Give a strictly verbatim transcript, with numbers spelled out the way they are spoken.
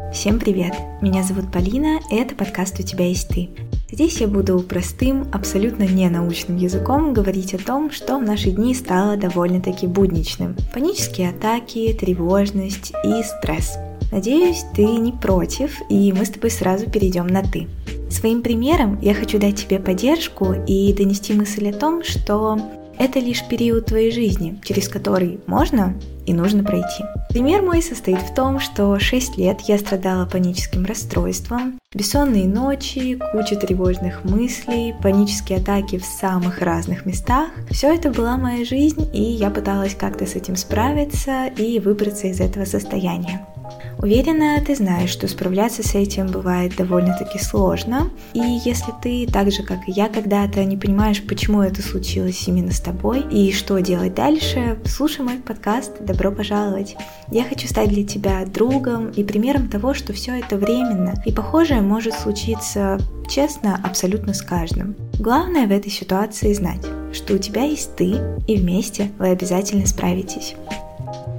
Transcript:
Всем привет! Меня зовут Полина, и это подкаст «У тебя есть ты». Здесь я буду простым, абсолютно не научным языком говорить о том, что в наши дни стало довольно-таки будничным. Панические атаки, тревожность и стресс. Надеюсь, ты не против, и мы с тобой сразу перейдем на «ты». Своим примером я хочу дать тебе поддержку и донести мысль о том, что это лишь период твоей жизни, через который можно и нужно пройти. Пример мой состоит в том, что шесть лет я страдала паническим расстройством, бессонные ночи, куча тревожных мыслей, панические атаки в самых разных местах. Все это была моя жизнь, и я пыталась как-то с этим справиться и выбраться из этого состояния. Уверена, ты знаешь, что справляться с этим бывает довольно-таки сложно, и если ты, так же как и я когда-то, не понимаешь, почему это случилось именно с тобой и что делать дальше, слушай мой подкаст, добро пожаловать. Я хочу стать для тебя другом и примером того, что все это временно, и похожее может случиться, честно, абсолютно с каждым. Главное в этой ситуации знать, что у тебя есть ты, и вместе вы обязательно справитесь.